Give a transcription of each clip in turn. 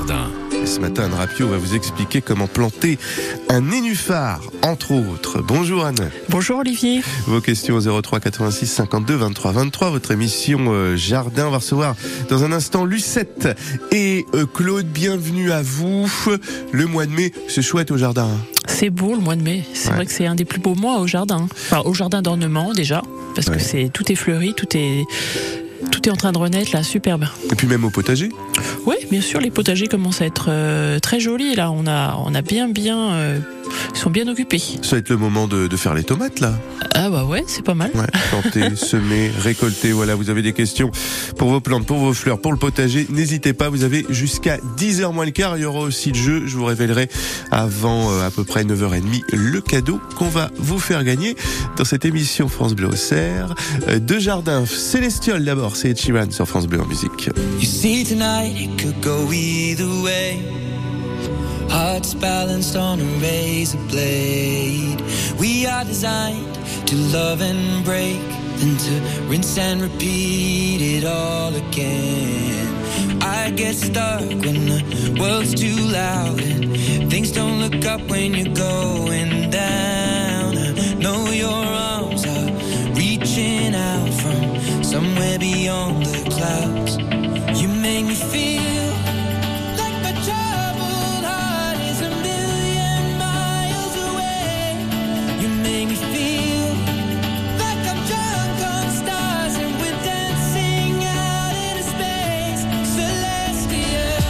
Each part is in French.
jardin. Et ce matin, Anne Rapio va vous expliquer comment planter un nénuphar, entre autres. Bonjour Anne. Bonjour Olivier. Vos questions au 03 86 52 23 23. Votre émission Jardin. On va recevoir dans un instant Lucette et Claude. Bienvenue à vous. Le mois de mai, c'est chouette au jardin. C'est beau le mois de mai. C'est vrai que c'est un des plus beaux mois au jardin. Enfin, au jardin d'ornement déjà, parce que tout est fleuri, tout est en train de renaître là, superbe. Et puis même au potager. Oui, bien sûr, les potagers commencent à être très jolis là. On a bien, ils sont bien occupés. Ça va être le moment de faire les tomates là. Ah bah ouais, c'est pas mal. Ouais, planter, semer, récolter. Voilà, vous avez des questions pour vos plantes, pour vos fleurs, pour le potager. N'hésitez pas, vous avez jusqu'à 10h moins le quart. Il y aura aussi le jeu. Je vous révélerai avant à peu près 9h30 le cadeau qu'on va vous faire gagner dans cette émission France Bleu Auxerre de jardin. Célestiole d'abord, c'est Ed Sheeran sur France Bleu en musique. You see tonight it could go either way. Hearts balanced on a razor blade. We are designed to love and break, then to rinse and repeat it all again. I get stuck when the world's too loud and things don't look up when you're going down. I know your arms are reaching out from somewhere beyond the clouds. You make me feel like my troubled heart is a million miles away. You make me feel like I'm drunk on stars and we're dancing out into space. Celestial.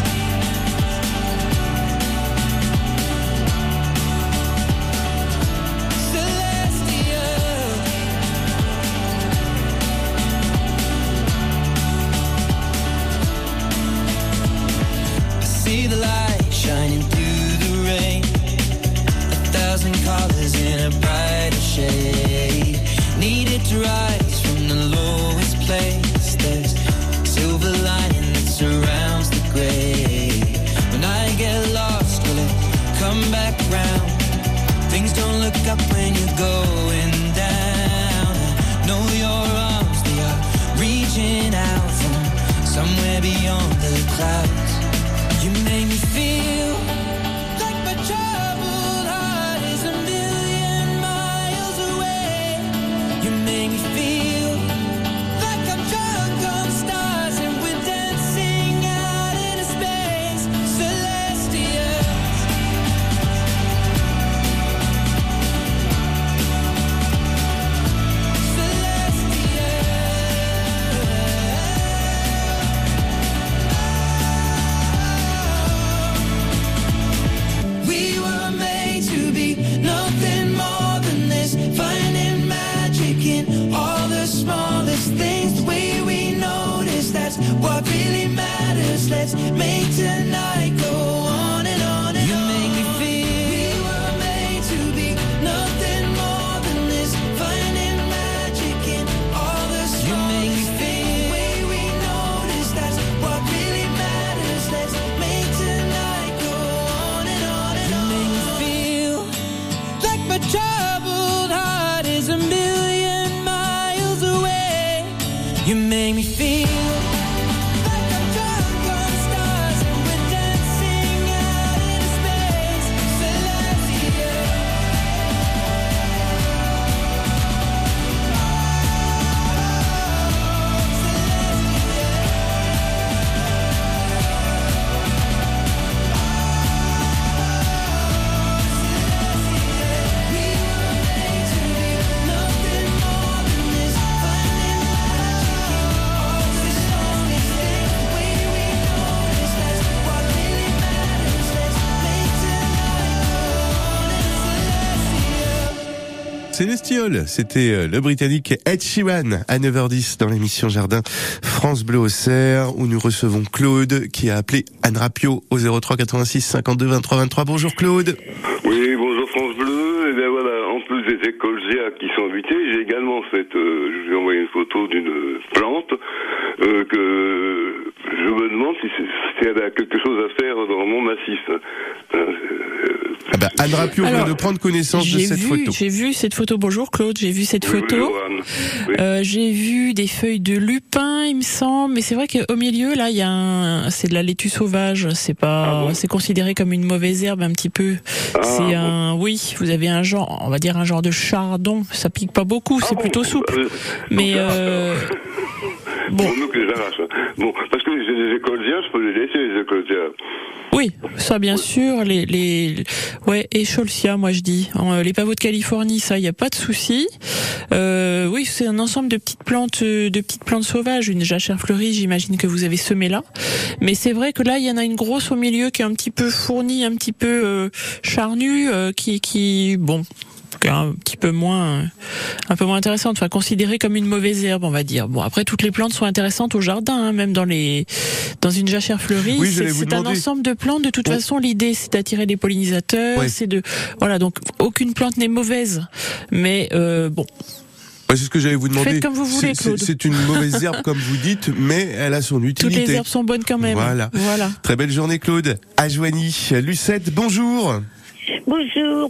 See the light shining through the rain, 1,000 colors in a brighter shade. Needed to rise from the lowest place. There's silver lining that surrounds the gray. When I get lost, will it come back round? Things don't look up when you're going down. I know your arms, they are reaching out from somewhere beyond the clouds. You make me feel like my troubled heart is a million miles away. You make me feel like I'm drunk on stars and we're dancing out into space. Celestial. We were made to be nothing more than this, finding magic in all the smallest things. The way we notice, that's what really matters. Let's make tonight go on and on and on. You make me feel we were made to be nothing more than this, finding magic in all the smallest things. You make me feel the way we notice, that's what really matters. Let's make tonight go on and on and on. You make me feel like my troubled heart is a million miles away. You make me feel like I'm drunk on stars and we're dancing out into space. Celestial. Célestiole, c'était le Britannique Ed Sheeran à 9h10 dans l'émission Jardin France Bleu Auxerre où nous recevons Claude qui a appelé Anne Rapio au 03 86 52 23 23. Bonjour Claude. Oui, bonjour France Bleu. Et bien voilà, en plus des écoles GEA qui sont invitées, j'ai également je vous ai envoyé une photo d'une plante que je me demande si elle a quelque chose à faire dans mon massif. Anne Rapio vient de prendre connaissance de cette photo. J'ai vu cette photo. Bonjour Claude, j'ai vu cette photo. Bonjour Anne. Oui. J'ai vu des feuilles de lupin, il me semble, mais c'est vrai qu'au milieu, là, il y a c'est de la laitue sauvage. C'est pas, c'est considéré comme une mauvaise herbe un petit peu. Oui, vous avez un genre, on va dire un genre de chardon. Ça pique pas beaucoup, c'est plutôt souple. Mais bon, nous que les arrache. Bon, parce que j'ai des écolières, je peux les laisser les écolières. Oui, ça bien sûr, et Scholzia, moi je dis, les pavots de Californie, ça, il y a pas de souci. Oui, c'est un ensemble de petites plantes sauvages, une jachère fleurie, j'imagine que vous avez semé là. Mais c'est vrai que là, il y en a une grosse au milieu qui est un petit peu fournie, un petit peu charnue, qui un peu moins intéressante, enfin considérée comme une mauvaise herbe, on va dire. Bon, après toutes les plantes sont intéressantes au jardin, hein, même dans une jachère fleurie. Oui, c'est un ensemble de plantes. De toute façon, l'idée c'est d'attirer des pollinisateurs. C'est donc aucune plante n'est mauvaise, mais bon. Ouais, c'est ce que j'allais vous demander. Faites comme vous voulez, Claude. C'est une mauvaise herbe, comme vous dites, mais elle a son utilité. Toutes les herbes sont bonnes quand même. Voilà. Très belle journée, Claude. À Joigny. Lucette, bonjour. Bonjour.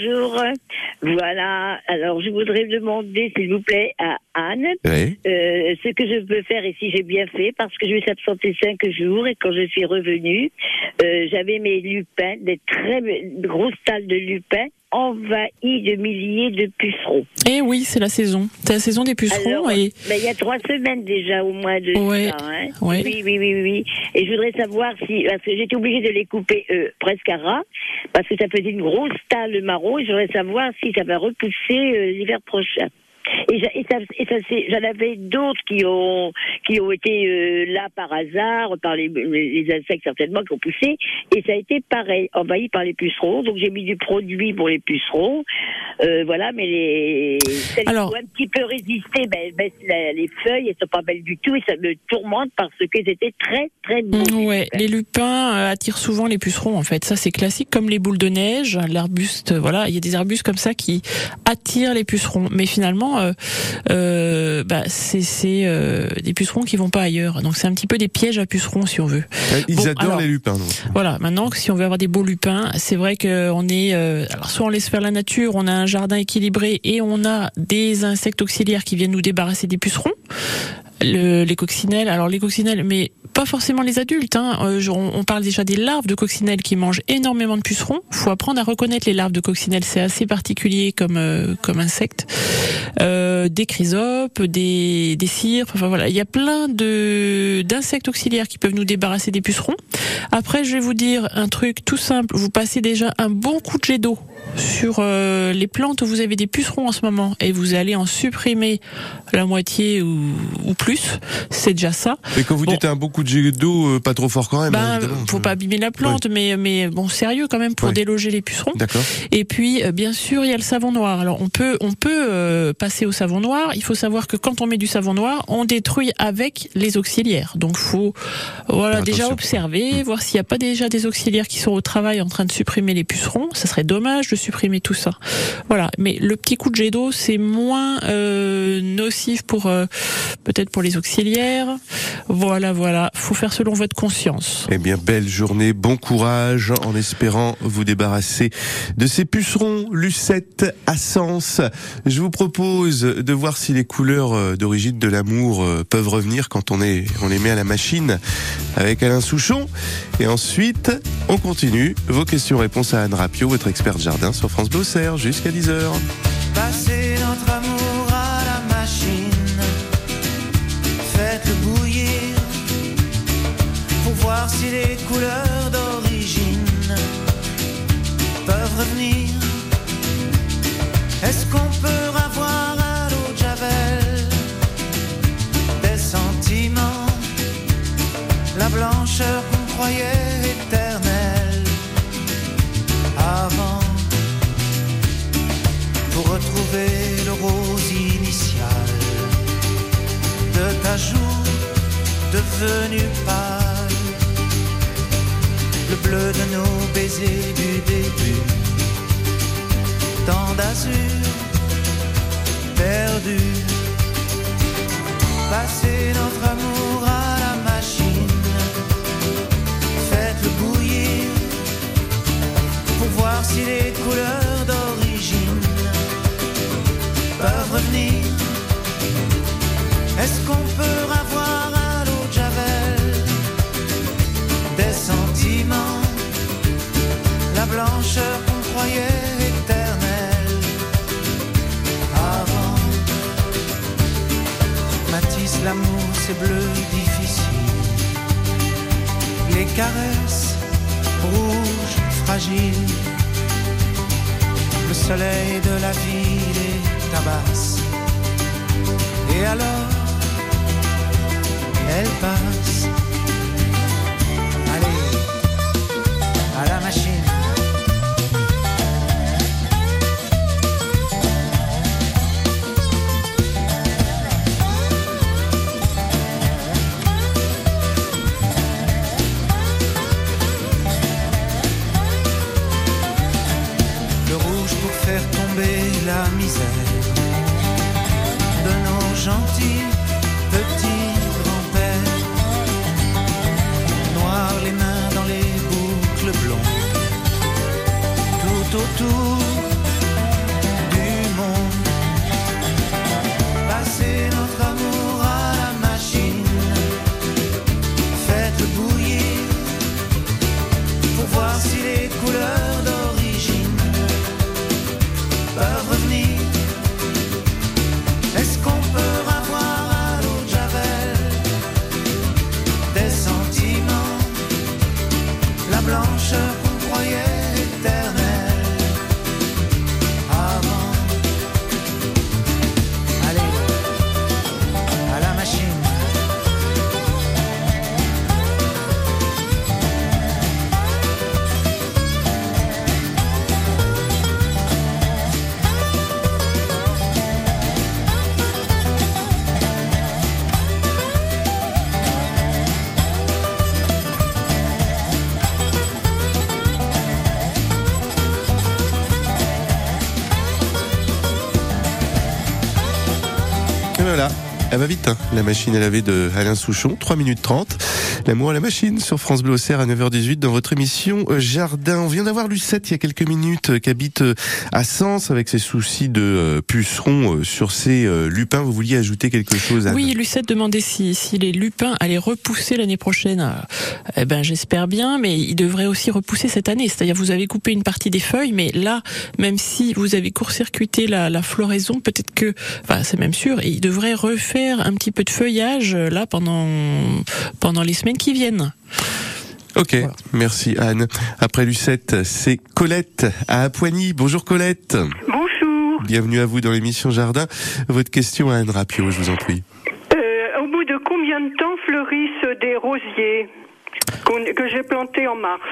Voilà, alors je voudrais demander, s'il vous plaît, à Anne, ce que je peux faire et si j'ai bien fait, parce que je me suis absentée 5 jours et quand je suis revenue, j'avais mes lupins, des très grosses talles de lupins, envahies de milliers de pucerons. Eh oui, c'est la saison. C'est la saison des pucerons. Alors, il y a 3 semaines déjà au moins de ça. Hein. Ouais. Oui. Et je voudrais savoir parce que j'étais obligée de les couper presque à ras, parce que ça faisait une grosse talle marron, et je voudrais savoir si ça va repousser l'hiver prochain. Et j'en avais d'autres qui ont été là par hasard, par les insectes certainement qui ont poussé, et ça a été pareil, envahi par les pucerons. Donc j'ai mis du produit pour les pucerons, voilà, mais celles qui ont un petit peu résisté, les feuilles, elles sont pas belles du tout, et ça me tourmente parce qu'elles étaient très très beaux. Ouais, les lupins attirent souvent les pucerons en fait. Ça c'est classique, comme les boules de neige, l'arbuste. Voilà, il y a des arbustes comme ça qui attirent les pucerons, mais finalement c'est des pucerons qui vont pas ailleurs. Donc c'est un petit peu des pièges à pucerons si on veut. Ils adorent les lupins. Donc. Voilà, maintenant si on veut avoir des beaux lupins, c'est vrai qu'on est alors soit on laisse faire la nature, on a un jardin équilibré et on a des insectes auxiliaires qui viennent nous débarrasser des pucerons. Les coccinelles, mais pas forcément les adultes. Hein. On parle déjà des larves de coccinelles qui mangent énormément de pucerons. Il faut apprendre à reconnaître les larves de coccinelles, c'est assez particulier comme insecte. Des chrysopes, des cirpes, enfin voilà, il y a plein d'insectes auxiliaires qui peuvent nous débarrasser des pucerons. Après, je vais vous dire un truc tout simple, vous passez déjà un bon coup de jet d'eau sur les plantes où vous avez des pucerons en ce moment et vous allez en supprimer la moitié ou plus, c'est déjà ça. Et quand vous dites un bon coup de jet d'eau, pas trop fort quand même. Faut pas abîmer la plante, mais bon, sérieux quand même pour déloger les pucerons. D'accord. Et puis bien sûr, il y a le savon noir. Alors on peut passer au savon noir. Il faut savoir que quand on met du savon noir, on détruit avec les auxiliaires. Donc faut déjà observer, voir s'il n'y a pas déjà des auxiliaires qui sont au travail en train de supprimer les pucerons. Ça serait dommage de supprimer tout ça. Voilà, mais le petit coup de jet d'eau, c'est moins nocif peut-être pour les auxiliaires. Voilà, faut faire selon votre conscience. Eh bien, belle journée, bon courage, en espérant vous débarrasser de ces pucerons. Lucette à Sens. Je vous propose de voir si les couleurs d'origine de l'amour peuvent revenir quand on les met à la machine avec Alain Souchon. Et ensuite, on continue. Vos questions-réponses à Anne Rapio, votre expert de jardin sur France Bleu Auxerre, jusqu'à 10h. Passez notre amour à la machine, faites-le bouillir pour voir si les couleurs d'origine peuvent revenir. Est-ce qu'on peut avoir à l'eau de Javel des sentiments, la blancheur qu'on croyait éternelle avant, pour retrouver le rose initial de ta joue devenue pâle, le bleu de nos baisers du début, tant d'azur perdu. Passez notre amour à la machine, faites-le bouillir pour voir si les couleurs d'origine peuvent revenir. Est-ce qu'on peut avoir à l'eau de Javel des sentiments, la blancheur qu'on croyait éternelle avant? Matisse, l'amour c'est bleu difficile, les caresses rouges fragiles, le soleil de la ville les tabasse. Et alors, elle passe. Allez, à la machine. Le rouge pour faire tomber la misère de nos gentils petits grands-pères, noirs les mains dans les boucles blondes, tout autour du monde. Passez notre amour à la machine, faites bouillir pour voir si les couleurs d'origine peuvent revenir. Est-ce qu'on peut avoir à l'eau de Javel des sentiments, la blancheur qu'on croyait éternelle avant? Allez, à la machine. Et voilà, elle va vite, hein. La machine à laver de Alain Souchon, 3 minutes 30. L'amour à la machine sur France Bleu Auxerre à 9h18 dans votre émission Jardin. On vient d'avoir Lucette il y a quelques minutes qui habite à Sens avec ses soucis de pucerons sur ses lupins. Vous vouliez ajouter quelque chose, Anne? Oui, Lucette demandait si les lupins allaient repousser l'année prochaine. Eh ben, j'espère bien, mais ils devraient aussi repousser cette année. C'est-à-dire, vous avez coupé une partie des feuilles, mais là, même si vous avez court-circuité la floraison, peut-être que, enfin, c'est même sûr, et ils devraient refaire un petit peu de feuillage, là, pendant les semaines qui viennent. Ok, voilà. Merci Anne. Après Lucette, c'est Colette à Appoigny. Bonjour Colette. Bonjour. Bienvenue à vous dans l'émission Jardin. Votre question à Anne Rapio, je vous en prie. Au bout de combien de temps fleurissent des rosiers que j'ai plantés en mars?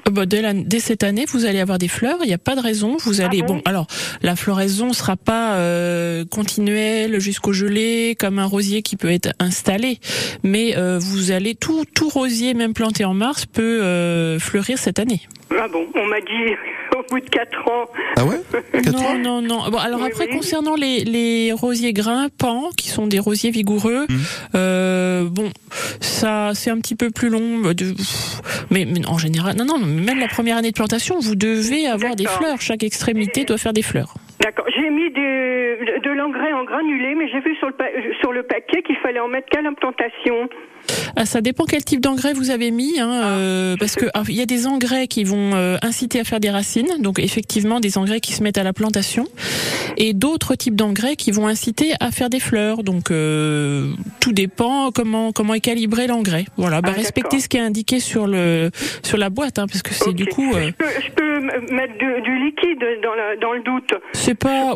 Dès cette année, vous allez avoir des fleurs. Il n'y a pas de raison. Vous allez. Bon, alors la floraison sera pas continuelle jusqu'au gelé comme un rosier qui peut être installé, mais vous allez tout rosier, même planté en mars, peut fleurir cette année. Ah bon, on m'a dit au bout de 4 ans. Ah ouais? 4 ans? Non. Bon, alors oui, après, oui. concernant les rosiers grimpants, qui sont des rosiers vigoureux, bon, ça c'est un petit peu plus long. Mais en général, non. Même la première année de plantation, vous devez avoir des fleurs. Chaque extrémité doit faire des fleurs. D'accord. J'ai mis de l'engrais en granulé, mais j'ai vu sur le paquet qu'il fallait en mettre qu'à l'implantation. Ah, ça dépend quel type d'engrais vous avez mis, parce que il y a des engrais qui vont inciter à faire des racines, donc effectivement des engrais qui se mettent à la plantation, et d'autres types d'engrais qui vont inciter à faire des fleurs. Donc tout dépend comment est calibré l'engrais. Voilà, respectez ce qui est indiqué sur la boîte, parce que c'est du coup. Je peux mettre du liquide dans le doute. C'est pas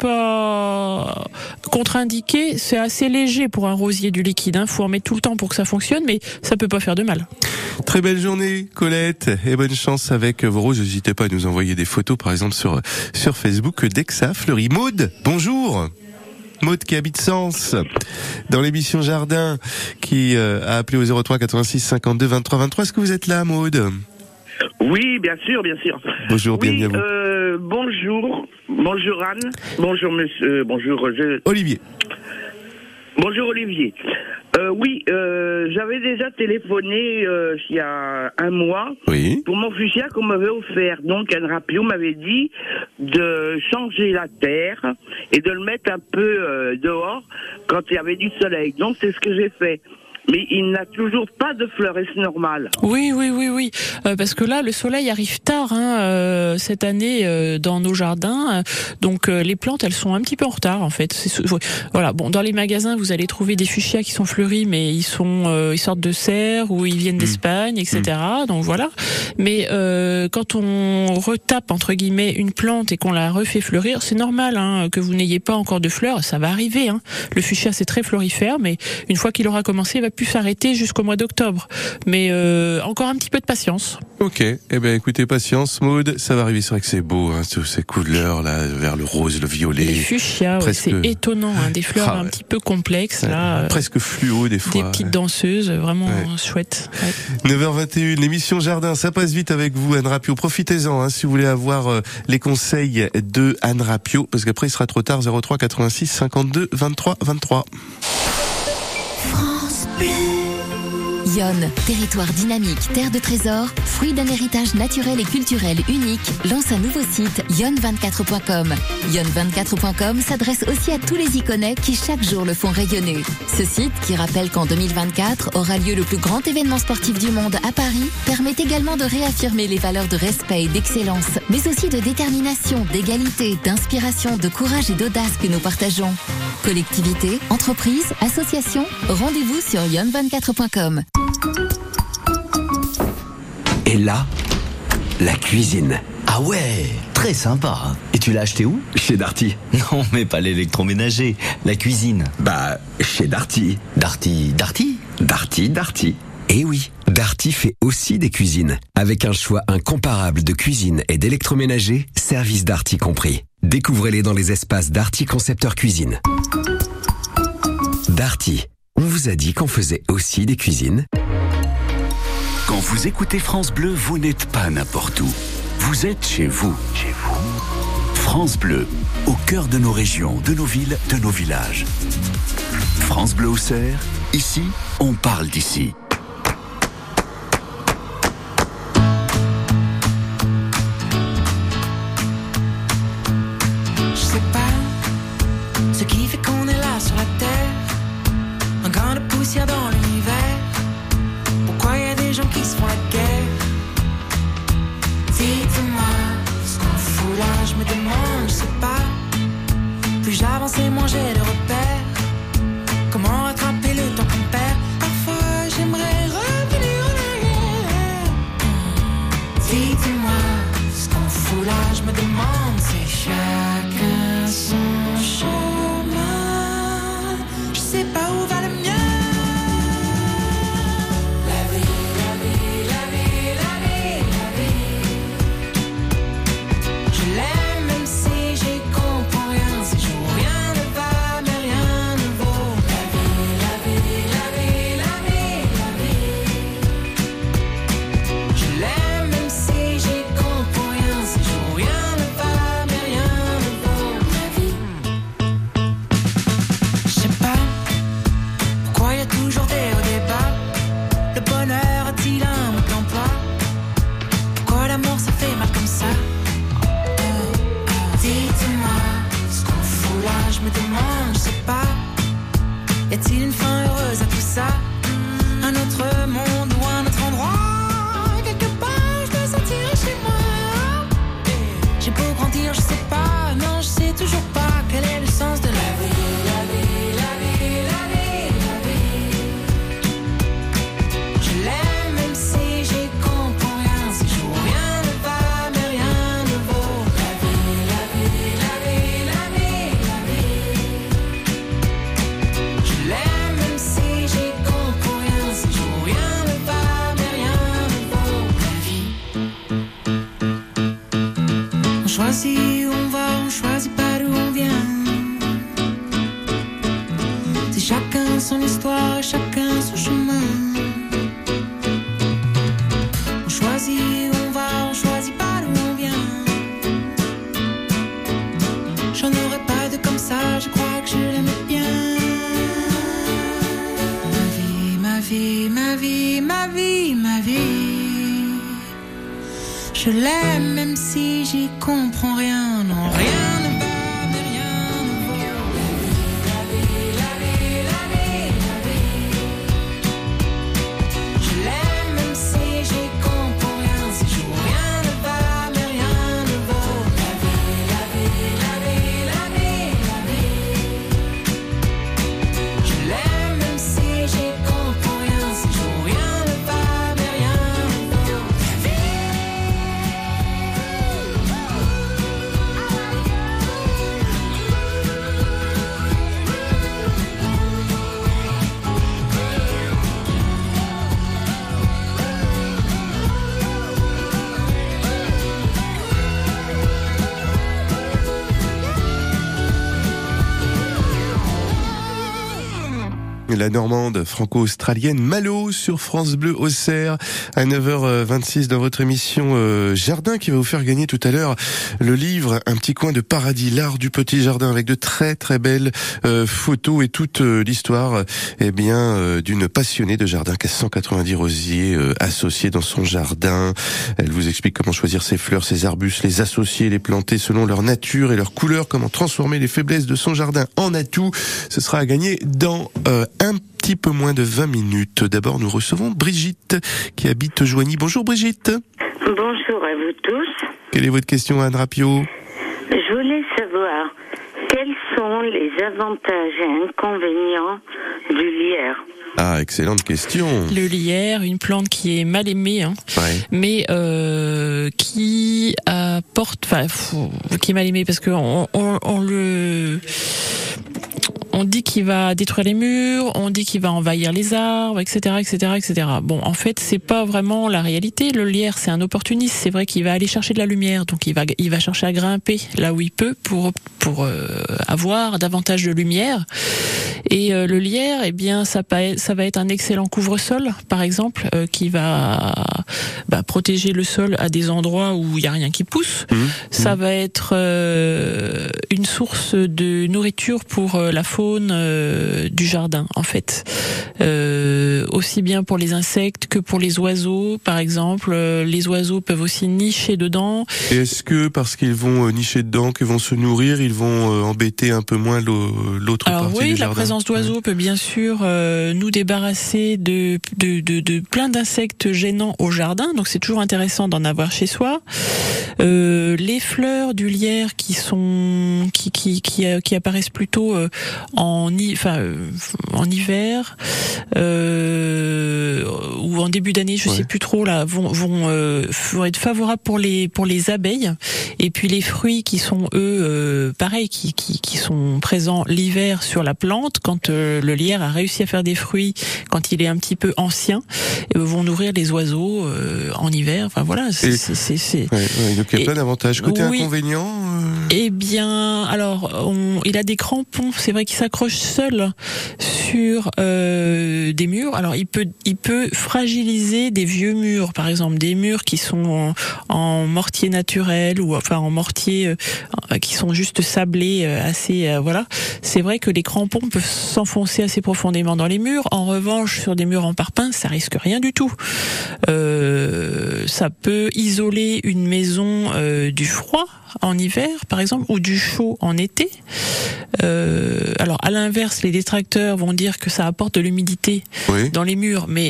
contre-indiqué, c'est assez léger pour un rosier du liquide. Faut en mettre tout le temps pour que ça fonctionne, mais ça peut pas faire de mal. Très belle journée, Colette, et bonne chance avec vos roses. N'hésitez pas à nous envoyer des photos, par exemple, sur Facebook, dès que ça fleurit. Maude, bonjour. Maude qui habite Sens, dans l'émission Jardin, qui a appelé au 03 86 52 23 23. Est-ce que vous êtes là, Maude? Oui, bien sûr. Bonjour, bienvenue à vous. Bonjour Anne, bonjour monsieur, bonjour Roger. Olivier. Bonjour Olivier. Oui, j'avais déjà téléphoné il y a un mois pour mon fuchsia qu'on m'avait offert. Donc, Anne Rapio m'avait dit de changer la terre et de le mettre un peu dehors quand il y avait du soleil. Donc, c'est ce que j'ai fait. Mais il n'a toujours pas de fleurs, est-ce normal? Oui. Parce que là, le soleil arrive tard cette année dans nos jardins. Donc les plantes, elles sont un petit peu en retard en fait. Voilà. Bon, dans les magasins, vous allez trouver des fuchsias qui sont fleuris, mais ils sortent de serre ou ils viennent d'Espagne, etc. Donc voilà. Mais quand on retape entre guillemets une plante et qu'on la refait fleurir, c'est normal que vous n'ayez pas encore de fleurs. Ça va arriver. Le fuchsia, c'est très florifère, mais une fois qu'il aura commencé, il va plus s'arrêter jusqu'au mois d'octobre. Mais encore un petit peu de patience. Ok, eh ben écoutez, patience, Maud, ça va arriver. C'est vrai que c'est beau, toutes ces couleurs là, vers le rose, le violet. Les fuchsias, c'est étonnant, des fleurs un petit peu complexes là. Presque fluo des fois. Des petites danseuses, vraiment chouettes. 9h21, l'émission Jardin, ça passe vite avec vous, Anne Rapio. Profitez-en si vous voulez avoir les conseils de Anne Rapio, parce qu'après il sera trop tard. 03 86 52 23 23. Yonne, territoire dynamique, terre de trésors, fruit d'un héritage naturel et culturel unique, lance un nouveau site yonne24.com. Yonne24.com s'adresse aussi à tous les Iconais qui chaque jour le font rayonner. Ce site, qui rappelle qu'en 2024 aura lieu le plus grand événement sportif du monde à Paris, permet également de réaffirmer les valeurs de respect et d'excellence, mais aussi de détermination, d'égalité, d'inspiration, de courage et d'audace que nous partageons. Collectivités, entreprises, associations, rendez-vous sur yonne24.com. Et là, la cuisine. Ah ouais, très sympa. Et tu l'as acheté où? Chez Darty. Non, mais pas l'électroménager, la cuisine. Bah, chez Darty. Darty. Eh oui, Darty fait aussi des cuisines. Avec un choix incomparable de cuisine et d'électroménager, service Darty compris. Découvrez-les dans les espaces Darty Concepteur Cuisine. Darty, on vous a dit qu'on faisait aussi des cuisines? Quand vous écoutez France Bleu, vous n'êtes pas n'importe où. Vous êtes chez vous. France Bleu, au cœur de nos régions, de nos villes, de nos villages. France Bleu Auxerre, ici, on parle d'ici. Je sais pas ce qui fait qu'on est là sur la terre, un grain de poussière dans l'univers. Pourquoi y a des gens qui se font la guerre? Dites-moi ce qu'on fout là, je me demande, je sais pas. Plus j'avance et moins j'ai de repères. Comment rattraper le temps qu'on perd? Parfois j'aimerais revenir en arrière. Dites-moi ce qu'on fout là, je me demande. C'est chacun son chemin. Je sais pas où va le mien. Y a-t-il une fin heureuse à tout ça? Un autre monde ou un autre endroit? Quelque part je me sentirai chez moi. J'ai beau grandir, je sais pas. Non, je sais toujours pas quel est le sens de la vie. Je l'aime même si j'y comprends rien. Si je vois rien ne va, mais rien ne vaut. La vie. Je l'aime même si j'y comprends rien. Si je vois rien ne va, mais rien ne vaut. La vie. On choisit où on va, on choisit pas d'où on vient. C'est chacun son histoire, chacun son chemin. On choisit où on va, on choisit pas d'où on vient. J'en aurais pas de comme ça, je crois que je l'aimais bien. Je l'aime même si j'y comprends rien. Non, rien ne va, mais rien ne vaut. La vie, la vie, la vie, la vie. Je l'aime même si j'y comprends rien. Ces jours, rien ne va, mais rien ne vaut. La vie, la vie, la vie, la vie, la vie. Je l'aime même si j'y comprends rien. Ces jours, rien ne va, mais rien ne vaut. La Normande franco-australienne Malo sur France Bleu Auxerre à 9h26 dans votre émission Jardin, qui va vous faire gagner tout à l'heure le livre Un petit coin de paradis, l'art du petit jardin, avec de très très belles photos et toute l'histoire d'une passionnée de jardin qui a 190 rosiers associés dans son jardin. Elle vous explique comment choisir ses fleurs, ses arbustes, les associer, les planter selon leur nature et leur couleur, comment transformer les faiblesses de son jardin en atout. Ce sera à gagner dans un petit peu moins de 20 minutes. D'abord, nous recevons Brigitte qui habite Joigny. Bonjour Brigitte. Bonjour à vous tous. Quelle est votre question, Anne Rapio? Je voulais savoir quels sont les avantages et inconvénients du lierre. Ah, excellente question. Le lierre, une plante qui est mal aimée, mais qui apporte, qui est mal aimée parce que on dit qu'il va détruire les murs, on dit qu'il va envahir les arbres, etc., etc., etc. Bon, en fait, c'est pas vraiment la réalité. Le lierre, c'est un opportuniste. C'est vrai qu'il va aller chercher de la lumière, donc il va chercher à grimper là où il peut pour avoir davantage de lumière. Et le lierre, eh bien, ça va être un excellent couvre-sol, par exemple, qui va protéger le sol à des endroits où il y a rien qui pousse. Ça va être une source de nourriture pour la faune du jardin, en fait. Aussi bien pour les insectes que pour les oiseaux, par exemple. Les oiseaux peuvent aussi nicher dedans. Et est-ce que parce qu'ils vont nicher dedans, qu'ils vont se nourrir, ils vont embêter un peu moins l'autre partie du jardin? La présence d'oiseaux peut bien sûr nous débarrasser de plein d'insectes gênants au jardin, donc c'est toujours intéressant d'en avoir chez soi. Les fleurs du lierre qui apparaissent plutôt en hiver ou en début d'année, je sais plus trop là, vont être favorables pour les abeilles. Et puis les fruits qui sont eux pareil, qui sont présents l'hiver sur la plante, quand le lierre a réussi à faire des fruits quand il est un petit peu ancien, vont nourrir les oiseaux en hiver. Enfin voilà, donc il y a plein d'avantages. Côté inconvénient Eh bien, alors il a des crampons, c'est vrai qu'il s'accroche seul sur des murs. Alors il peut fragiliser des vieux murs, par exemple des murs qui sont en mortier naturel ou enfin en mortier qui sont juste sablés assez voilà. C'est vrai que les crampons peuvent s'enfoncer assez profondément dans les murs. En revanche, sur des murs en parpaing, ça risque rien du tout. Ça peut isoler une maison du froid en hiver, par exemple, ou du chaud en été. Alors, à l'inverse, les détracteurs vont dire que ça apporte de l'humidité dans les murs, mais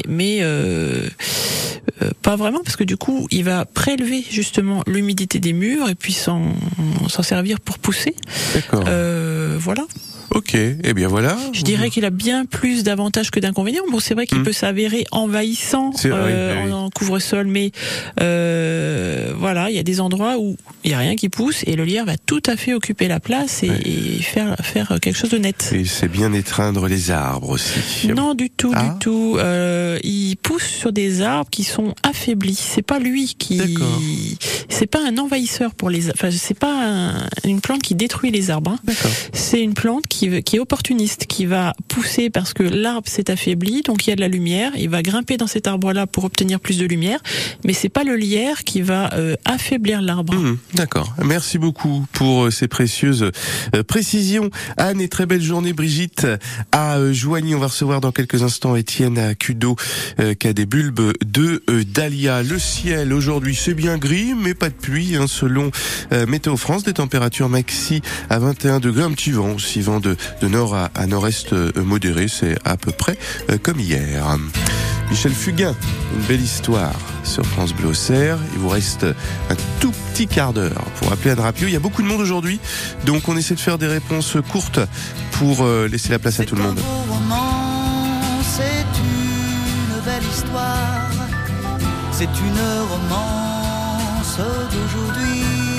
pas vraiment, parce que du coup, il va prélever justement l'humidité des murs et puis s'en servir pour pousser. D'accord. Voilà. Ok, eh bien voilà. Je dirais qu'il a bien plus d'avantages que d'inconvénients. Bon, c'est vrai qu'il peut s'avérer envahissant en couvre-sol, mais voilà, il y a des endroits où il y a rien qui pousse et le lierre va tout à fait occuper la place et faire quelque chose de net. Et c'est bien étreindre les arbres aussi. Non, du tout, du tout. Il pousse sur des arbres qui sont affaiblis. C'est pas lui c'est pas un envahisseur pour les. Enfin, c'est pas une plante qui détruit les arbres. Hein. D'accord. C'est une plante qui est opportuniste, qui va pousser parce que l'arbre s'est affaibli, donc il y a de la lumière, il va grimper dans cet arbre-là pour obtenir plus de lumière, mais c'est pas le lierre qui va affaiblir l'arbre. D'accord. Merci beaucoup pour ces précieuses précisions. Anne, et très belle journée. Brigitte à Joigny. On va recevoir dans quelques instants Étienne à Cudeau qui a des bulbes de dahlia. Le ciel aujourd'hui c'est bien gris mais pas de pluie selon Météo France. Des températures maxi à 21 degrés. Un petit vent aussi, vent de nord à nord-est modéré. C'est à peu près comme hier. Michel Fugain, une belle histoire sur France Bleu Auxerre. Il vous reste un tout petit quart d'heure pour appeler Anne Rapio. Il y a beaucoup de monde aujourd'hui, donc on essaie de faire des réponses courtes pour laisser la place à tout le monde. C'est une belle histoire, c'est une romance d'aujourd'hui.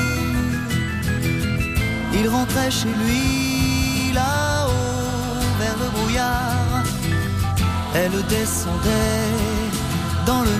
Il rentrait chez lui là-haut vers le brouillard. Elle descendait dans le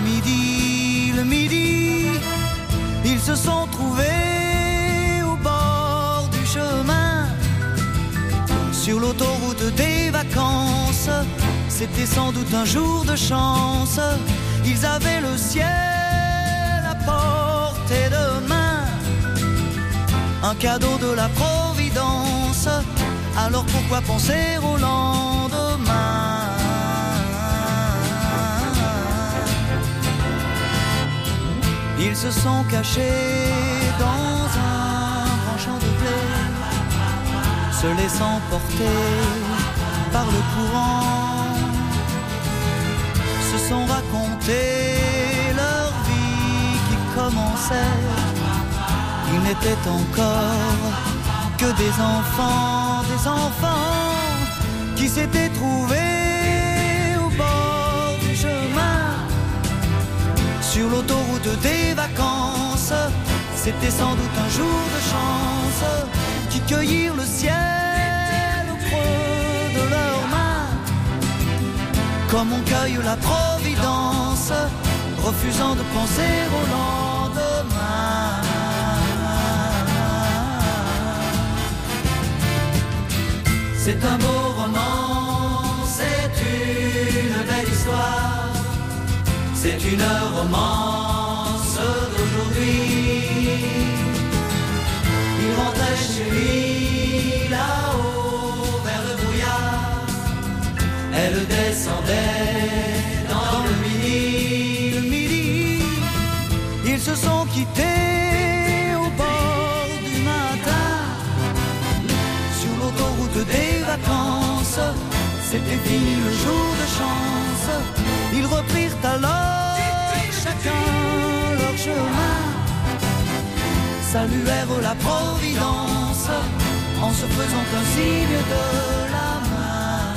midi, ils se sont trouvés au bord du chemin, sur l'autoroute des vacances. C'était sans doute un jour de chance, ils avaient le ciel à portée de main, un cadeau de la Providence, alors pourquoi penser au lendemain? Ils se sont cachés dans un grand champ de blé, se laissant porter par le courant, se sont racontés leur vie qui commençait. Ils n'étaient encore que des enfants qui s'étaient trouvés au bord du chemin, sur l'autoroute des vacances. C'était sans doute un jour de chance, qui cueillirent le ciel au creux de leurs mains, comme on cueille la Providence, refusant de penser au lendemain. C'est un beau roman, c'est une belle histoire, c'est une romance d'aujourd'hui. Il rentrait chez lui là-haut vers le brouillard. Elle descendait dans le midi. Ils se sont quittés au bord du matin, sur l'autoroute des vacances. C'était fini le jour de chance. Ils reprirent alors chacun leur chemin, saluèrent la Providence en se faisant un signe de la main.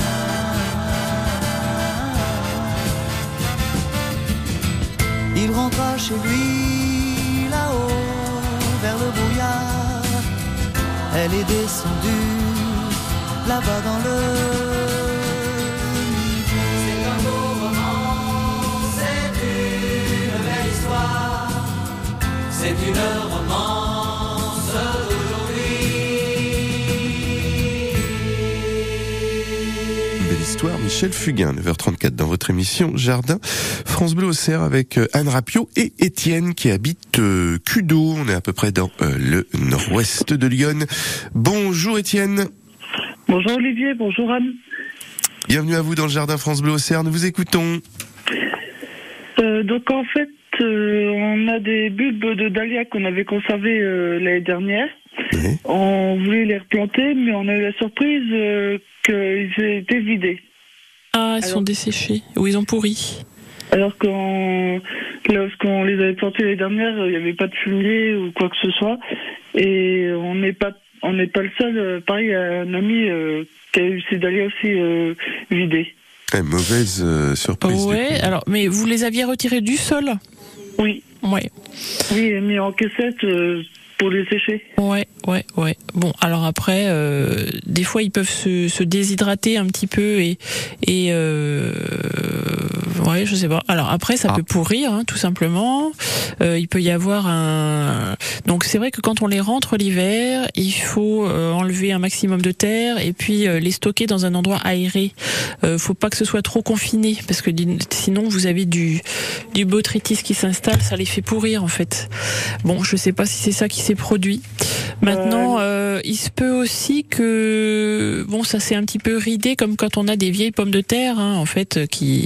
Il rentra chez lui là-haut vers le brouillard. Elle est descendue là-bas dans le c'est une romance d'aujourd'hui. Belle histoire, Michel Fugain, 9h34 dans votre émission Jardin France Bleu Auxerre avec Anne Rapio et Étienne qui habite Cudeau. On est à peu près dans le nord-ouest de Lyon. Bonjour Étienne. Bonjour Olivier, bonjour Anne. Bienvenue à vous dans le Jardin France Bleu Auxerre, nous vous écoutons. Donc en fait, on a des bulbes de dahlia qu'on avait conservés l'année dernière. Oui. On voulait les replanter, mais on a eu la surprise qu'ils étaient vidés. Ah, ils sont desséchés, ou ils ont pourri. Alors lorsqu'on les avait plantés l'année dernière, il n'y avait pas de fumier ou quoi que ce soit. Et on n'est pas le seul. Pareil, il y a un ami qui a eu ses dahlias aussi vidés. Mauvaise surprise. Ouais, alors, mais vous les aviez retirés du sol ? Oui. Ouais. Oui, mis en caissette pour les sécher. Ouais. Bon, alors après, des fois ils peuvent se déshydrater un petit peu et ouais, je sais pas. Alors après, ça peut pourrir, hein, tout simplement. Il peut y avoir donc c'est vrai que quand on les rentre l'hiver, il faut enlever un maximum de terre et puis les stocker dans un endroit aéré. Faut pas que ce soit trop confiné parce que sinon vous avez du botrytis qui s'installe, ça les fait pourrir en fait. Bon, je sais pas si c'est ça qui s'est produit. Maintenant, il se peut aussi que bon, ça c'est un petit peu ridé comme quand on a des vieilles pommes de terre, hein, en fait,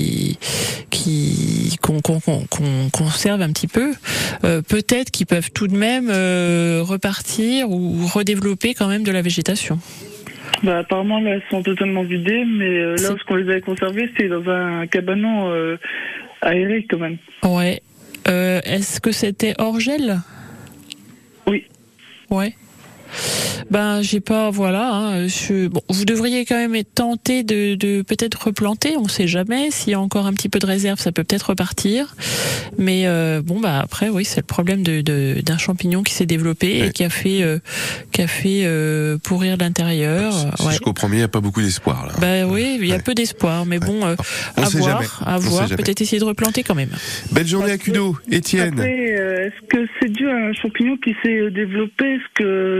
qu'on conserve un petit peu. Peut-être qu'ils peuvent tout de même repartir ou redévelopper quand même de la végétation. Bah, apparemment, là, elles sont totalement vidées, mais là où on les avait conservées, c'était dans un cabanon aéré quand même. Ouais. Est-ce que c'était hors gel ? Oui. Ouais. Ben j'ai pas, voilà. Hein, bon, vous devriez quand même être tenté de peut-être replanter. On sait jamais. S'il y a encore un petit peu de réserve, ça peut peut-être repartir. Mais bon, bah après, oui, c'est le problème d'un champignon qui s'est développé et qui a fait pourrir l'intérieur. Si je comprends bien, il n'y a pas beaucoup d'espoir là. Ben oui, il y a peu d'espoir, mais bon, à voir. Peut-être essayer de replanter quand même. Belle journée à Cudo, Étienne. Après, est-ce que c'est dû à un champignon qui s'est développé ? Est-ce que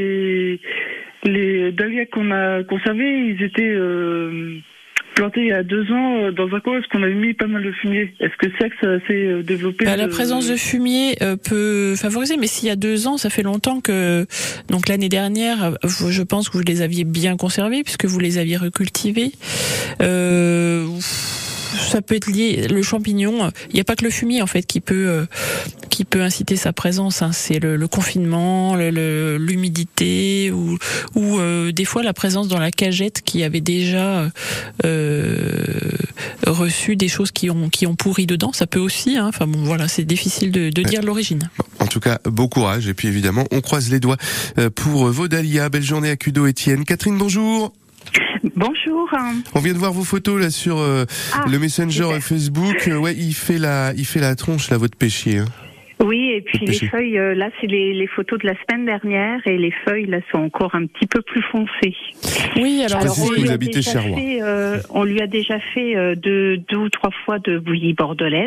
les dahlias qu'on a conservés, ils étaient plantés il y a 2 ans dans un coin, est-ce qu'on avait mis pas mal de fumier ? Est-ce que c'est que ça s'est développé ? La présence de fumier peut favoriser, mais s'il y a 2 ans, ça fait longtemps que... Donc l'année dernière, je pense que vous les aviez bien conservés, puisque vous les aviez recultivés. Ça peut être lié, le champignon, il n'y a pas que le fumier en fait qui peut inciter sa présence, hein. C'est le confinement, l'humidité ou des fois la présence dans la cagette qui avait déjà reçu des choses qui ont pourri dedans, ça peut aussi, hein. Enfin bon, voilà, c'est difficile de dire l'origine. En tout cas, bon courage et puis évidemment, on croise les doigts pour vos dahlias. Belle journée à Cudo, Étienne. Catherine, bonjour. Bonjour. On vient de voir vos photos là sur le Messenger super. Facebook. Ouais, il fait la tronche là, votre pêcher. Hein. Oui, et puis les feuilles, là c'est les photos de la semaine dernière et les feuilles là sont encore un petit peu plus foncées. Oui, alors vous habitez Cherbourg. On lui a déjà fait 2 ou 3 fois de bouillie bordelaise.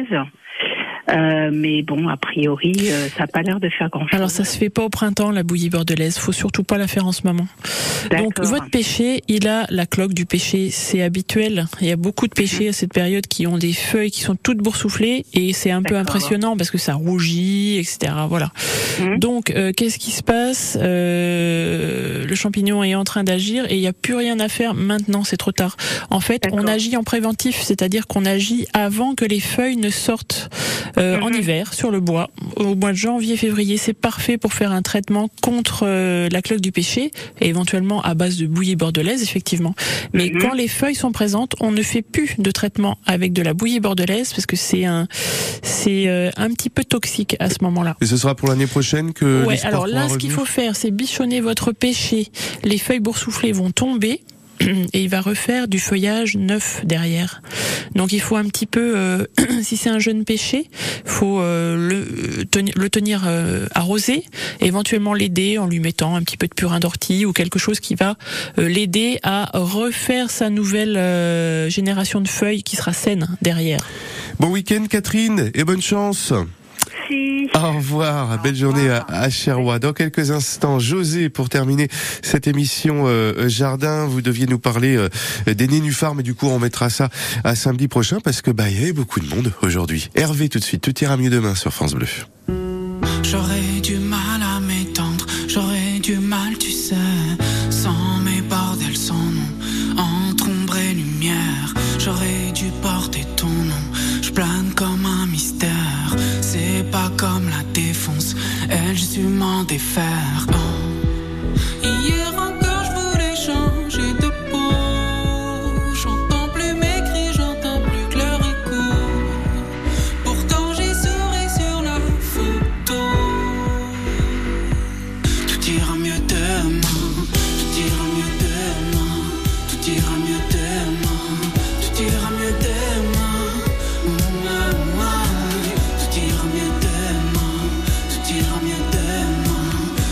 Mais bon, a priori, ça n'a pas l'air de faire grand-chose. Alors, ça se fait pas au printemps, la bouillie bordelaise. Faut surtout pas la faire en ce moment. D'accord. Donc, votre pêcher, il a la cloque du pêcher. C'est habituel. Il y a beaucoup de pêchers à cette période qui ont des feuilles qui sont toutes boursouflées et c'est un peu impressionnant parce que ça rougit, etc. Voilà. Donc, qu'est-ce qui se passe? Le champignon est en train d'agir et il n'y a plus rien à faire maintenant. C'est trop tard. En fait, on agit en préventif, c'est-à-dire qu'on agit avant que les feuilles ne sortent. En hiver, sur le bois, au mois de janvier-février, c'est parfait pour faire un traitement contre la cloque du pêcher, et éventuellement à base de bouillie bordelaise, effectivement. Mais quand les feuilles sont présentes, on ne fait plus de traitement avec de la bouillie bordelaise, parce que c'est un petit peu toxique à ce moment-là. Et ce sera pour l'année prochaine que... Ouais, alors là, ce qu'il faut faire, c'est bichonner votre pêcher. Les feuilles boursouflées vont tomber, et il va refaire du feuillage neuf derrière. Donc il faut un petit peu, si c'est un jeune pêcher, faut le tenir arrosé, et éventuellement l'aider en lui mettant un petit peu de purin d'ortie ou quelque chose qui va l'aider à refaire sa nouvelle génération de feuilles qui sera saine derrière. Bon week-end Catherine et bonne chance. Au revoir, belle journée à Cherbourg. Dans quelques instants, José, pour terminer cette émission Jardin, vous deviez nous parler des nénuphars, mais du coup on mettra ça à samedi prochain parce que il y avait beaucoup de monde aujourd'hui. Hervé tout de suite, tout ira mieux demain sur France Bleu. J'aurais du mal à m'étendre, j'aurais du mal, tu sais, sans mes bordels, sans nom, entre ombre et lumière, j'aurais dû porter ton nom, je plane comme un mystère. C'est pas comme la défonce, elle, je su m'en défaire. Oh. Hier encore, je voulais changer de peau. J'entends plus mes cris, j'entends plus que leur écho. Pourtant, j'ai souri sur la photo. Tout ira mieux demain, tout ira mieux demain, tout ira mieux demain, tout ira mieux demain. Tout ira mieux demain,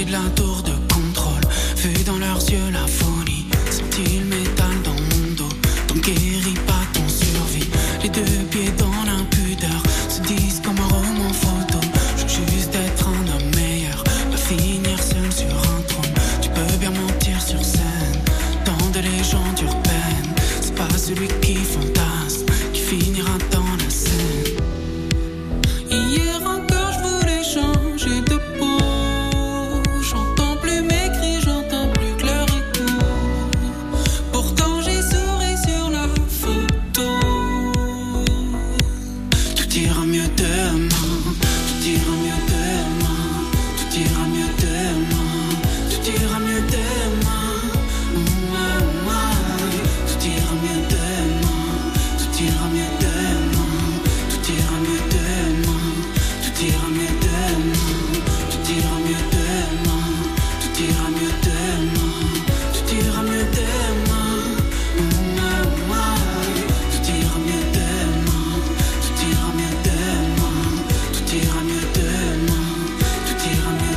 cible, un tour de contrôle. Vu dans leurs yeux la folie, senti le métal dans mon dos. Ton guérit pas ton survie. Les deux pieds dans l'impudeur se disent comme un roman photo. Je veux juste être un homme meilleur, pas finir seul sur un trône. Tu peux bien mentir sur scène, dans des légendes urbaines. C'est pas celui qui fantasme qui finira dans la scène. Hier encore je voulais changer de peau. J'entends plus mes cris, j'entends plus que leur écho. Pourtant j'ai souri sur la photo. Tout ira mieux demain, tout ira mieux demain, tout ira mieux demain, tout ira mieux demain. Tout ira mieux demain, tout ira mieux demain, tout ira mieux demain, tout ira mieux demain, tout ira mieux demain, tout ira mieux demain, tout ira mieux demain. Tout ira mieux demain, tout ira mieux demain, tout ira mieux demain, tout ira mieux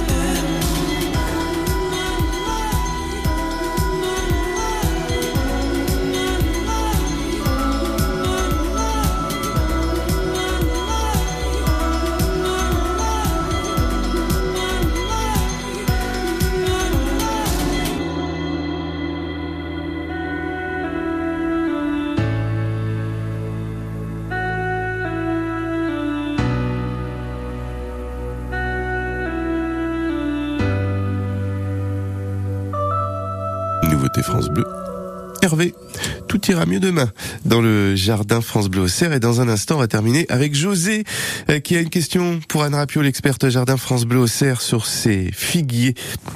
Nouveauté France Bleu. Hervé, tout ira mieux demain dans le jardin France Bleu Auxerre. Et dans un instant, on va terminer avec José qui a une question pour Anne Rapio, l'experte jardin France Bleu Auxerre, sur ses figuiers.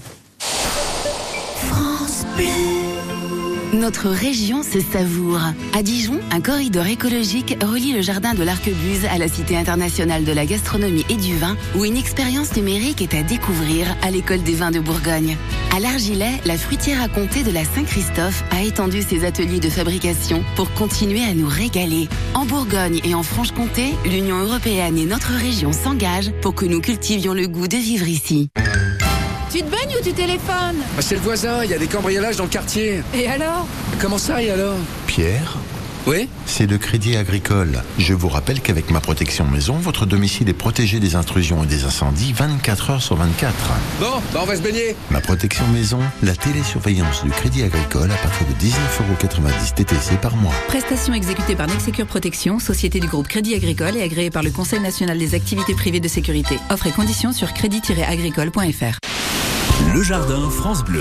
France Bleu. Notre région se savoure. À Dijon, un corridor écologique relie le jardin de l'Arquebuse à la Cité internationale de la gastronomie et du vin, où une expérience numérique est à découvrir à l'École des vins de Bourgogne. À l'Argilet, la fruitière à comté de la Saint-Christophe a étendu ses ateliers de fabrication pour continuer à nous régaler. En Bourgogne et en Franche-Comté, l'Union européenne et notre région s'engagent pour que nous cultivions le goût de vivre ici. Tu te baignes ou tu téléphones? C'est le voisin, il y a des cambriolages dans le quartier. Et alors? Comment ça, et alors? Pierre? Oui? C'est le Crédit Agricole. Je vous rappelle qu'avec ma protection maison, votre domicile est protégé des intrusions et des incendies 24 heures sur 24. Bon, on va se baigner. Ma protection maison, la télésurveillance du Crédit Agricole à partir de 19,90 € TTC par mois. Prestation exécutée par Nexecure Protection, société du groupe Crédit Agricole et agréée par le Conseil national des activités privées de sécurité. Offres et conditions sur crédit-agricole.fr. Le jardin France Bleu.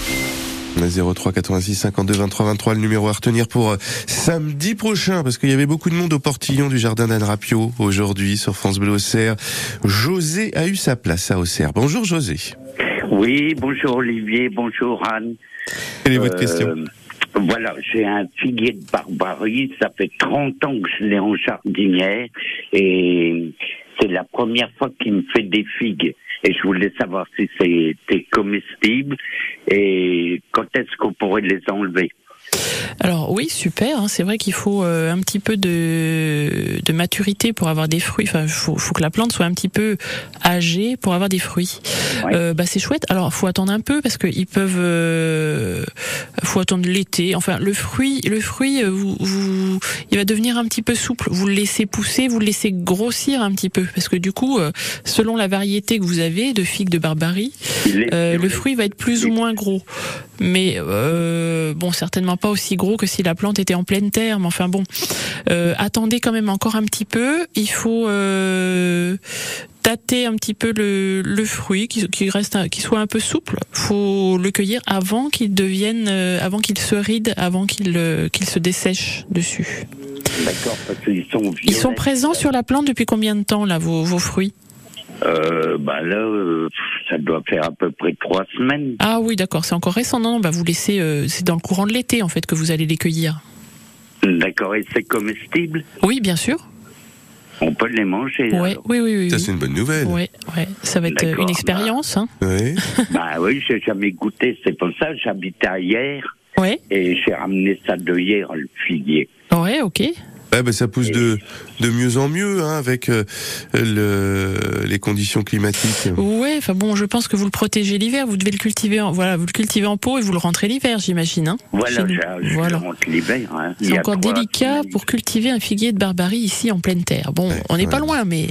03 86 52 23 23, le numéro à retenir pour samedi prochain, parce qu'il y avait beaucoup de monde au portillon du jardin d'Anne Rapio aujourd'hui sur France Bleu Auxerre. José a eu sa place à Auxerre. Bonjour José. Oui, bonjour Olivier, bonjour Anne. Quelle est votre question? Voilà, j'ai un figuier de Barbarie, ça fait 30 ans que je l'ai en jardinière et c'est la première fois qu'il me fait des figues. Et je voulais savoir si c'était comestible et quand est-ce qu'on pourrait les enlever. Alors oui, super. C'est vrai qu'il faut un petit peu de maturité pour avoir des fruits. Enfin, faut que la plante soit un petit peu âgée pour avoir des fruits. Ouais. C'est chouette. Alors, faut attendre un peu parce que ils peuvent. Faut attendre l'été. Enfin, le fruit, il va devenir un petit peu souple. Vous le laissez pousser, vous le laissez grossir un petit peu parce que du coup, selon la variété que vous avez de figues de Barbarie, le fruit va être plus ou moins gros. Mais certainement pas aussi gros que si la plante était en pleine terre, mais enfin bon, attendez quand même encore un petit peu. Il faut tâter un petit peu le fruit, qui soit un peu souple. Faut le cueillir avant qu'il devienne, avant qu'il se ride, avant qu'il se dessèche dessus. D'accord, parce qu'ils sont violets. Ils sont présents sur la plante depuis combien de temps là, vos fruits? Ça doit faire à peu près 3 semaines. Ah oui, d'accord, c'est encore récent. Non, vous laissez, c'est dans le courant de l'été en fait que vous allez les cueillir. D'accord, et c'est comestible? Oui, bien sûr. On peut les manger. Ouais, oui. Ça c'est une bonne nouvelle. Ouais, ça va être une expérience. Oui. Oui, j'ai jamais goûté. C'est pour ça que j'habitais hier. Ouais. Et j'ai ramené ça de hier, le figuier. Ouais, ok. Ça pousse de mieux en mieux, hein, avec les conditions climatiques. Ouais, je pense que vous le protégez l'hiver. Vous devez le cultiver, vous le cultivez en pot et vous le rentrez l'hiver, j'imagine. Hein, voilà, je le rentre l'hiver. Hein. C'est encore délicat pour cultiver un figuier de Barbarie ici en pleine terre. Bon, on n'est pas loin, mais.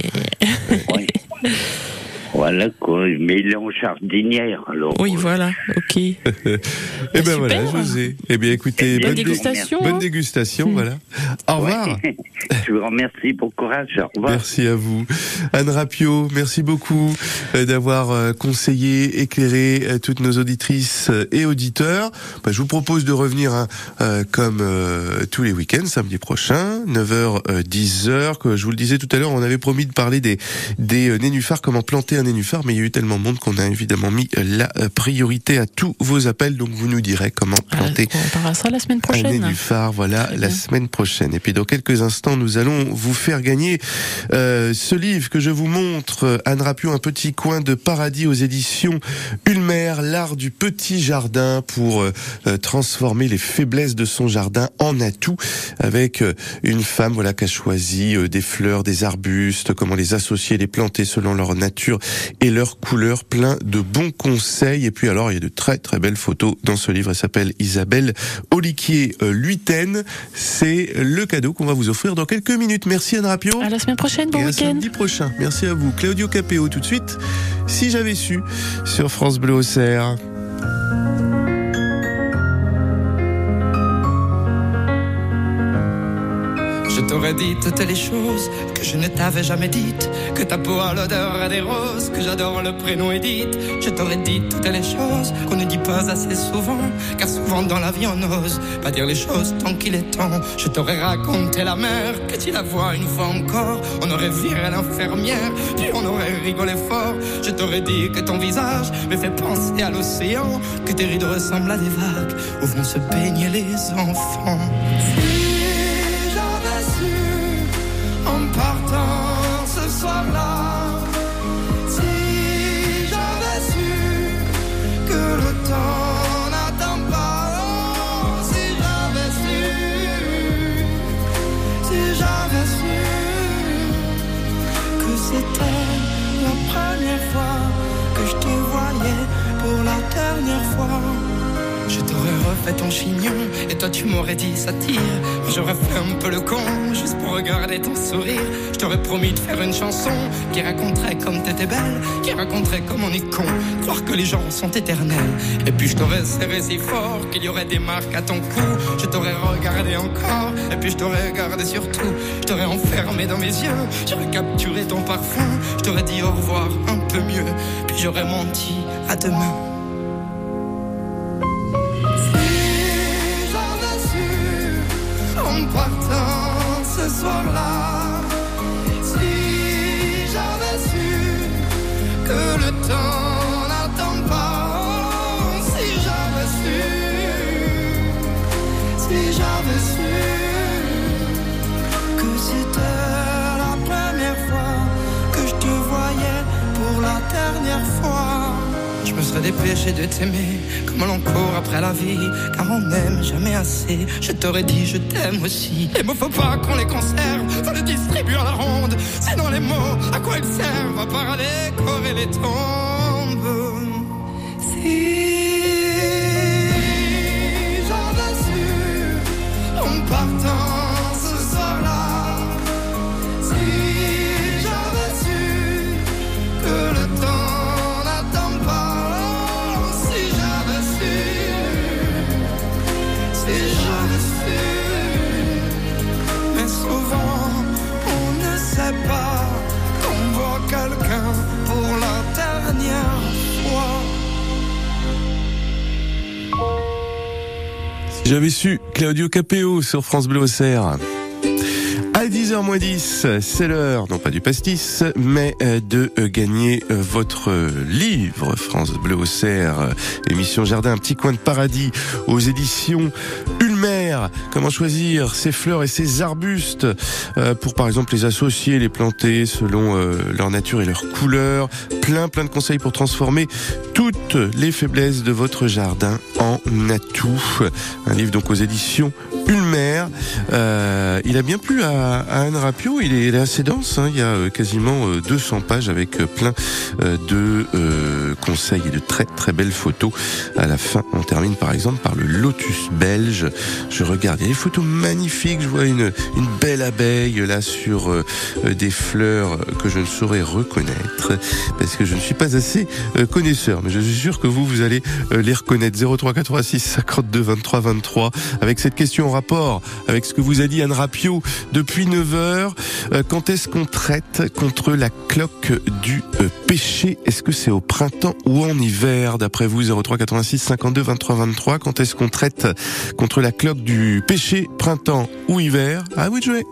Voilà quoi, mais il est en jardinière alors. Oui, voilà, ok. Voilà, José. Écoutez, bonne dégustation. Bonne dégustation, voilà. Au revoir. Je vous remercie pour le courage, au revoir. Merci à vous. Anne Rapio, merci beaucoup d'avoir conseillé, éclairé toutes nos auditrices et auditeurs. Je vous propose de revenir comme tous les week-ends, samedi prochain, 9h, 10h, que je vous le disais tout à l'heure, on avait promis de parler des nénuphars, comment planter un nénuphar, mais il y a eu tellement de monde qu'on a évidemment mis la priorité à tous vos appels, donc vous nous direz comment planter on parlera ça la semaine prochaine. Un nénuphar, la semaine prochaine. Et puis dans quelques instants, nous allons vous faire gagner ce livre que je vous montre, Anne Rapio, Un petit coin de paradis aux éditions Ulmer, l'art du petit jardin pour transformer les faiblesses de son jardin en atout, avec une femme qui a choisi des fleurs, des arbustes, comment les associer, les planter selon leur nature et leur couleur, plein de bons conseils. Et puis alors, il y a de très très belles photos dans ce livre. Elle s'appelle Isabelle Oliquier-Luyten. C'est le cadeau qu'on va vous offrir dans quelques minutes. Merci Anne Rapio. À la semaine prochaine, bon week-end. Samedi prochain. Merci à vous. Claudio Capéo tout de suite. Si j'avais su, sur France Bleu Auxerre. Je t'aurais dit toutes les choses que je ne t'avais jamais dites, que ta peau a l'odeur des roses, que j'adore le prénom Edith. Je t'aurais dit toutes les choses qu'on ne dit pas assez souvent, car souvent dans la vie on n'ose pas dire les choses tant qu'il est temps. Je t'aurais raconté la mer, que tu la vois une fois encore, on aurait viré l'infirmière, puis on aurait rigolé fort. Je t'aurais dit que ton visage me fait penser à l'océan, que tes rides ressemblent à des vagues où vont se baigner les enfants. En partant ce soir-là, si j'avais su que le temps n'attend pas, oh, si j'avais su que c'était la première fois que je te voyais pour la dernière fois. Je t'aurais refait ton chignon et toi tu m'aurais dit ça tire. J'aurais fait un peu le con juste pour regarder ton sourire. Je t'aurais promis de faire une chanson qui raconterait comme t'étais belle, qui raconterait comme on est con, croire que les gens sont éternels. Et puis je t'aurais serré si fort qu'il y aurait des marques à ton cou. Je t'aurais regardé encore et puis je t'aurais regardé surtout. Je t'aurais enfermé dans mes yeux, j'aurais capturé ton parfum. Je t'aurais dit au revoir un peu mieux, puis j'aurais menti à demain. En partant ce soir-là, si j'avais su que le temps n'attend pas, oh, si j'avais su que c'était la première fois que je te voyais pour la dernière fois. Je me serais dépêché de t'aimer comme l'on court après la vie, car on n'aime jamais assez. Je t'aurais dit je t'aime aussi. Les mots faut pas qu'on les conserve, faut les distribuer à la ronde. Sinon les mots, à quoi ils servent à part à décorer les tombes. Si j'avais su en partant ce soir-là, si j'avais su que le temps pas qu'on voit quelqu'un pour la dernière fois. Si j'avais su, Claudio Capéo sur France Bleu Auxerre. À 10h-10, c'est l'heure, non pas du pastis, mais de gagner votre livre France Bleu Auxerre, émission Jardin, un petit coin de paradis aux éditions Ulmer. Comment choisir ses fleurs et ses arbustes pour par exemple les associer, les planter selon leur nature et leur couleur. Plein de conseils pour transformer toutes les faiblesses de votre jardin en atout. Un livre donc aux éditions Ulmer. Il a bien plu à Anne Rapio. Il est assez dense. Il y a quasiment 200 pages avec plein de conseils et de très très belles photos. À la fin, on termine par exemple par le lotus belge. Je regarde, il y a des photos magnifiques. Je vois une belle abeille là sur des fleurs que je ne saurais reconnaître parce que je ne suis pas assez connaisseur. Mais je suis sûr que vous allez les reconnaître. 03 86 52 23 23 avec cette question en rapport avec ce que vous a dit Anne Rapio depuis 9h. Quand est-ce qu'on traite contre la cloque du péché? Est-ce que c'est au printemps ou en hiver d'après vous? 03 86 52 23 23. Quand est-ce qu'on traite contre la cloque du péché, printemps ou hiver? À vous de jouer.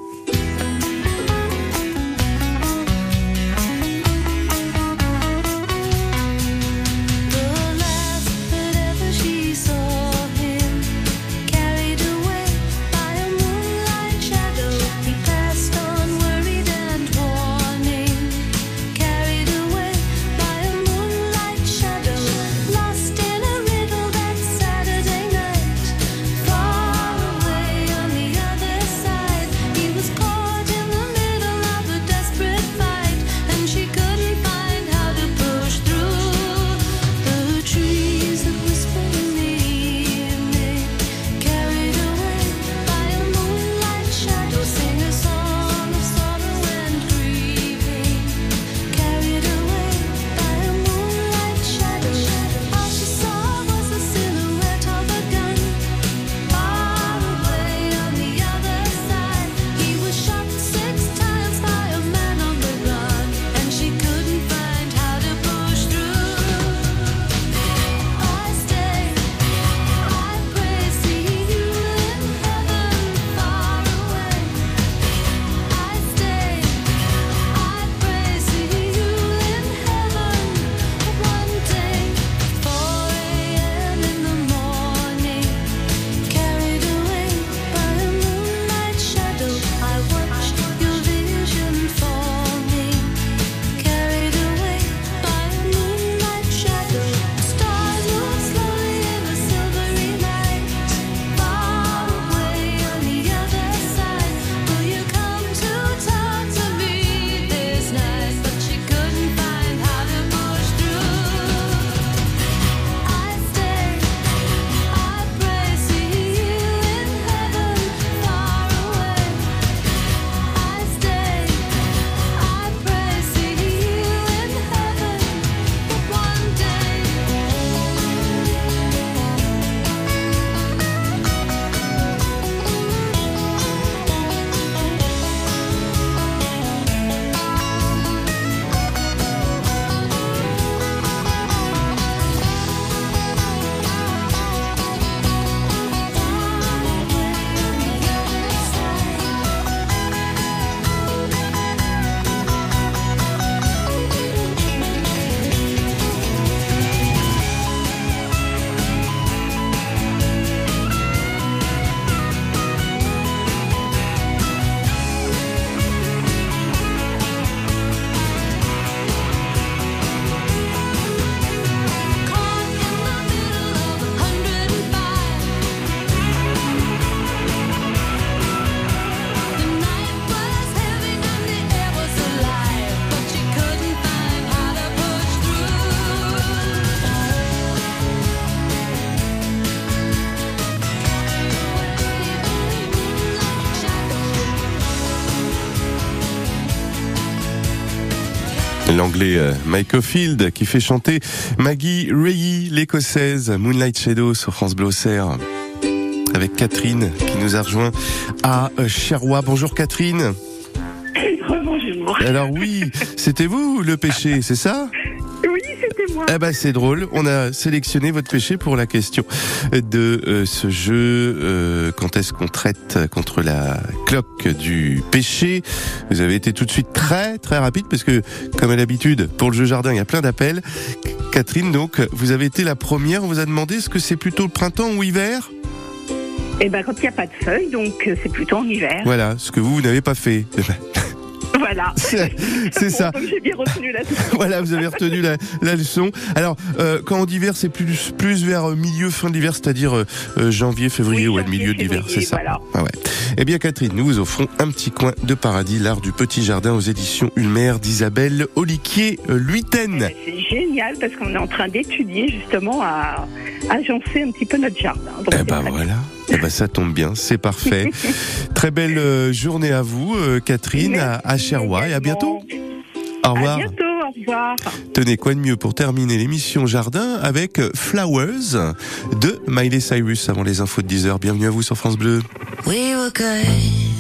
L'anglais Mike Oldfield qui fait chanter Maggie Reilly, l'écossaise, Moonlight Shadow sur France Bleu Auxerre, avec Catherine qui nous a rejoint à Cherrois. Bonjour Catherine. Bonjour. Alors oui, c'était vous le péché, c'est ça? Oui, c'était moi. Eh ben c'est drôle, on a sélectionné votre péché pour la question de ce jeu. Quand est-ce qu'on traite contre la cloque du péché? Vous avez été tout de suite très très rapide parce que, comme à l'habitude, pour le jeu jardin, il y a plein d'appels. Catherine, donc, vous avez été la première. On vous a demandé est-ce que c'est plutôt le printemps ou hiver? Eh ben, quand il n'y a pas de feuilles, donc c'est plutôt en hiver. Voilà, ce que vous n'avez pas fait. Voilà. C'est ça. Donc j'ai bien retenu la leçon. Voilà, vous avez retenu la leçon. Alors, quand on dit hiver, c'est plus vers milieu, fin de l'hiver, c'est-à-dire janvier, février, le milieu de l'hiver, c'est ça. Voilà. Ah ouais. Eh bien, Catherine, nous vous offrons un petit coin de paradis, l'art du petit jardin aux éditions Ulmer d'Isabelle Oliquier-Luyten. C'est génial parce qu'on est en train d'étudier justement à agencer un petit peu notre jardin. Donc, voilà. Ça tombe bien, c'est parfait. Très belle journée à vous, Catherine, à Cherrois, et à bientôt. Au revoir. À bientôt, au revoir. Tenez, quoi de mieux pour terminer l'émission Jardin avec Flowers de Miley Cyrus avant les infos de 10h. Bienvenue à vous sur France Bleu. We were good.